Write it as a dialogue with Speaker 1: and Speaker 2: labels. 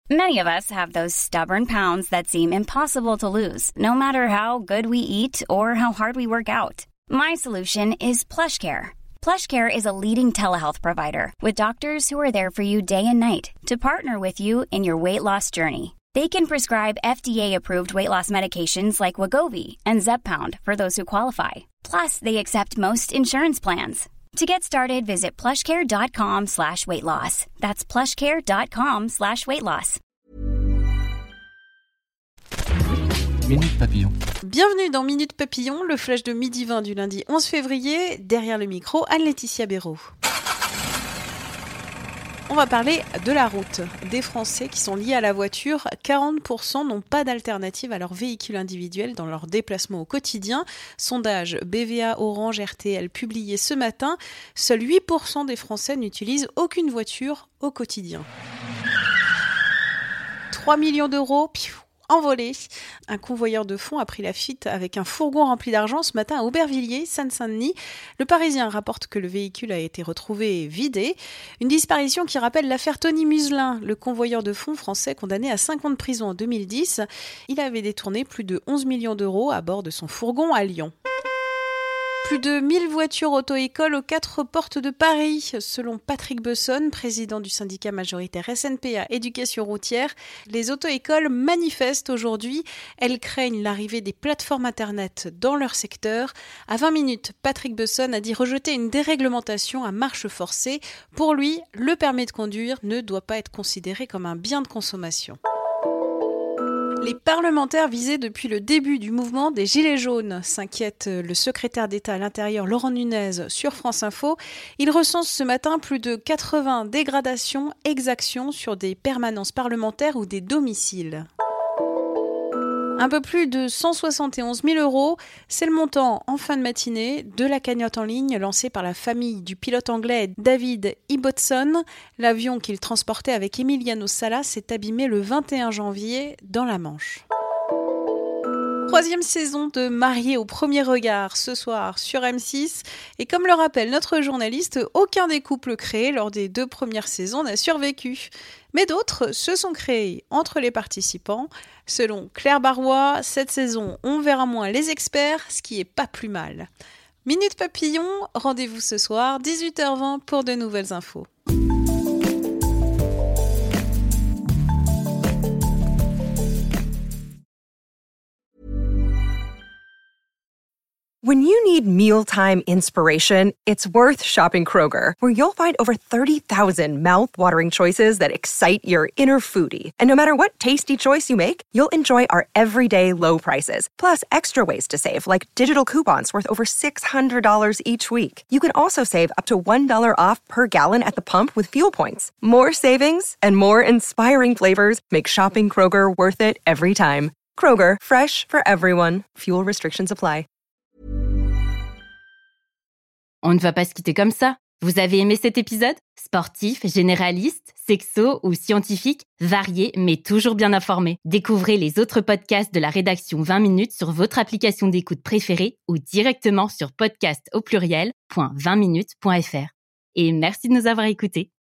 Speaker 1: Many of us have those stubborn pounds that seem impossible to lose, no matter how good we eat or how hard we work out. My solution is PlushCare. PlushCare is a leading telehealth provider with doctors who are there for you day and night to partner with you in your weight loss journey. They can prescribe FDA-approved weight loss medications like Wegovy and Zepbound for those who qualify. Plus, they accept most insurance plans. To get started, visit plushcare.com/weightloss. That's plushcare.com/weightloss.
Speaker 2: Minute Papillon.
Speaker 3: Bienvenue dans Minute Papillon, le flash de midi 20 du lundi 11 février. Derrière le micro, Anne-Laetitia Béraud. On va parler de la route. Des Français qui sont liés à la voiture, 40% n'ont pas d'alternative à leur véhicule individuel dans leurs déplacements au quotidien. Sondage BVA Orange RTL publié ce matin, seuls 8% des Français n'utilisent aucune voiture au quotidien. 3 millions d'euros, envolé. Un convoyeur de fonds a pris la fuite avec un fourgon rempli d'argent ce matin à Aubervilliers, Seine-Saint-Denis. Le Parisien rapporte que le véhicule a été retrouvé vidé. Une disparition qui rappelle l'affaire Tony Muselin, le convoyeur de fonds français condamné à 5 ans de prison en 2010. Il avait détourné plus de 11 millions d'euros à bord de son fourgon à Lyon. Plus de 1000 voitures auto-écoles aux 4 portes de Paris. Selon Patrick Besson, président du syndicat majoritaire SNPA Éducation routière, les auto-écoles manifestent aujourd'hui. Elles craignent l'arrivée des plateformes internet dans leur secteur. À 20 minutes, Patrick Besson a dit rejeter une déréglementation à marche forcée. Pour lui, le permis de conduire ne doit pas être considéré comme un bien de consommation. Les parlementaires visés depuis le début du mouvement des Gilets jaunes, s'inquiète le secrétaire d'État à l'Intérieur Laurent Nunez sur France Info. Il recense ce matin plus de 80 dégradations, exactions sur des permanences parlementaires ou des domiciles. Un peu plus de 171 000 euros, c'est le montant en fin de matinée de la cagnotte en ligne lancée par la famille du pilote anglais David Ibbotson. L'avion qu'il transportait avec Emiliano Sala s'est abîmé le 21 janvier dans la Manche. 3e saison de Mariés au premier regard ce soir sur M6. Et comme le rappelle notre journaliste, aucun des couples créés lors des 2 premières saisons n'a survécu. Mais d'autres se sont créés entre les participants. Selon Claire Barois, cette saison, on verra moins les experts, ce qui est pas plus mal. Minute Papillon, rendez-vous ce soir, 18h20 pour de nouvelles infos.
Speaker 4: When you need mealtime inspiration, it's worth shopping Kroger, where you'll find over 30,000 mouth-watering choices that excite your inner foodie. And no matter what tasty choice you make, you'll enjoy our everyday low prices, plus extra ways to save, like digital coupons worth over $600 each week. You can also save up to $1 off per gallon at the pump with fuel points. More savings and more inspiring flavors make shopping Kroger worth it every time. Kroger, fresh for everyone. Fuel restrictions apply.
Speaker 5: On ne va pas se quitter comme ça. Vous avez aimé cet épisode ? Sportif, généraliste, sexo ou scientifique, varié mais toujours bien informé. Découvrez les autres podcasts de la rédaction 20 minutes sur votre application d'écoute préférée ou directement sur podcast@20minutes.fr. Et merci de nous avoir écoutés.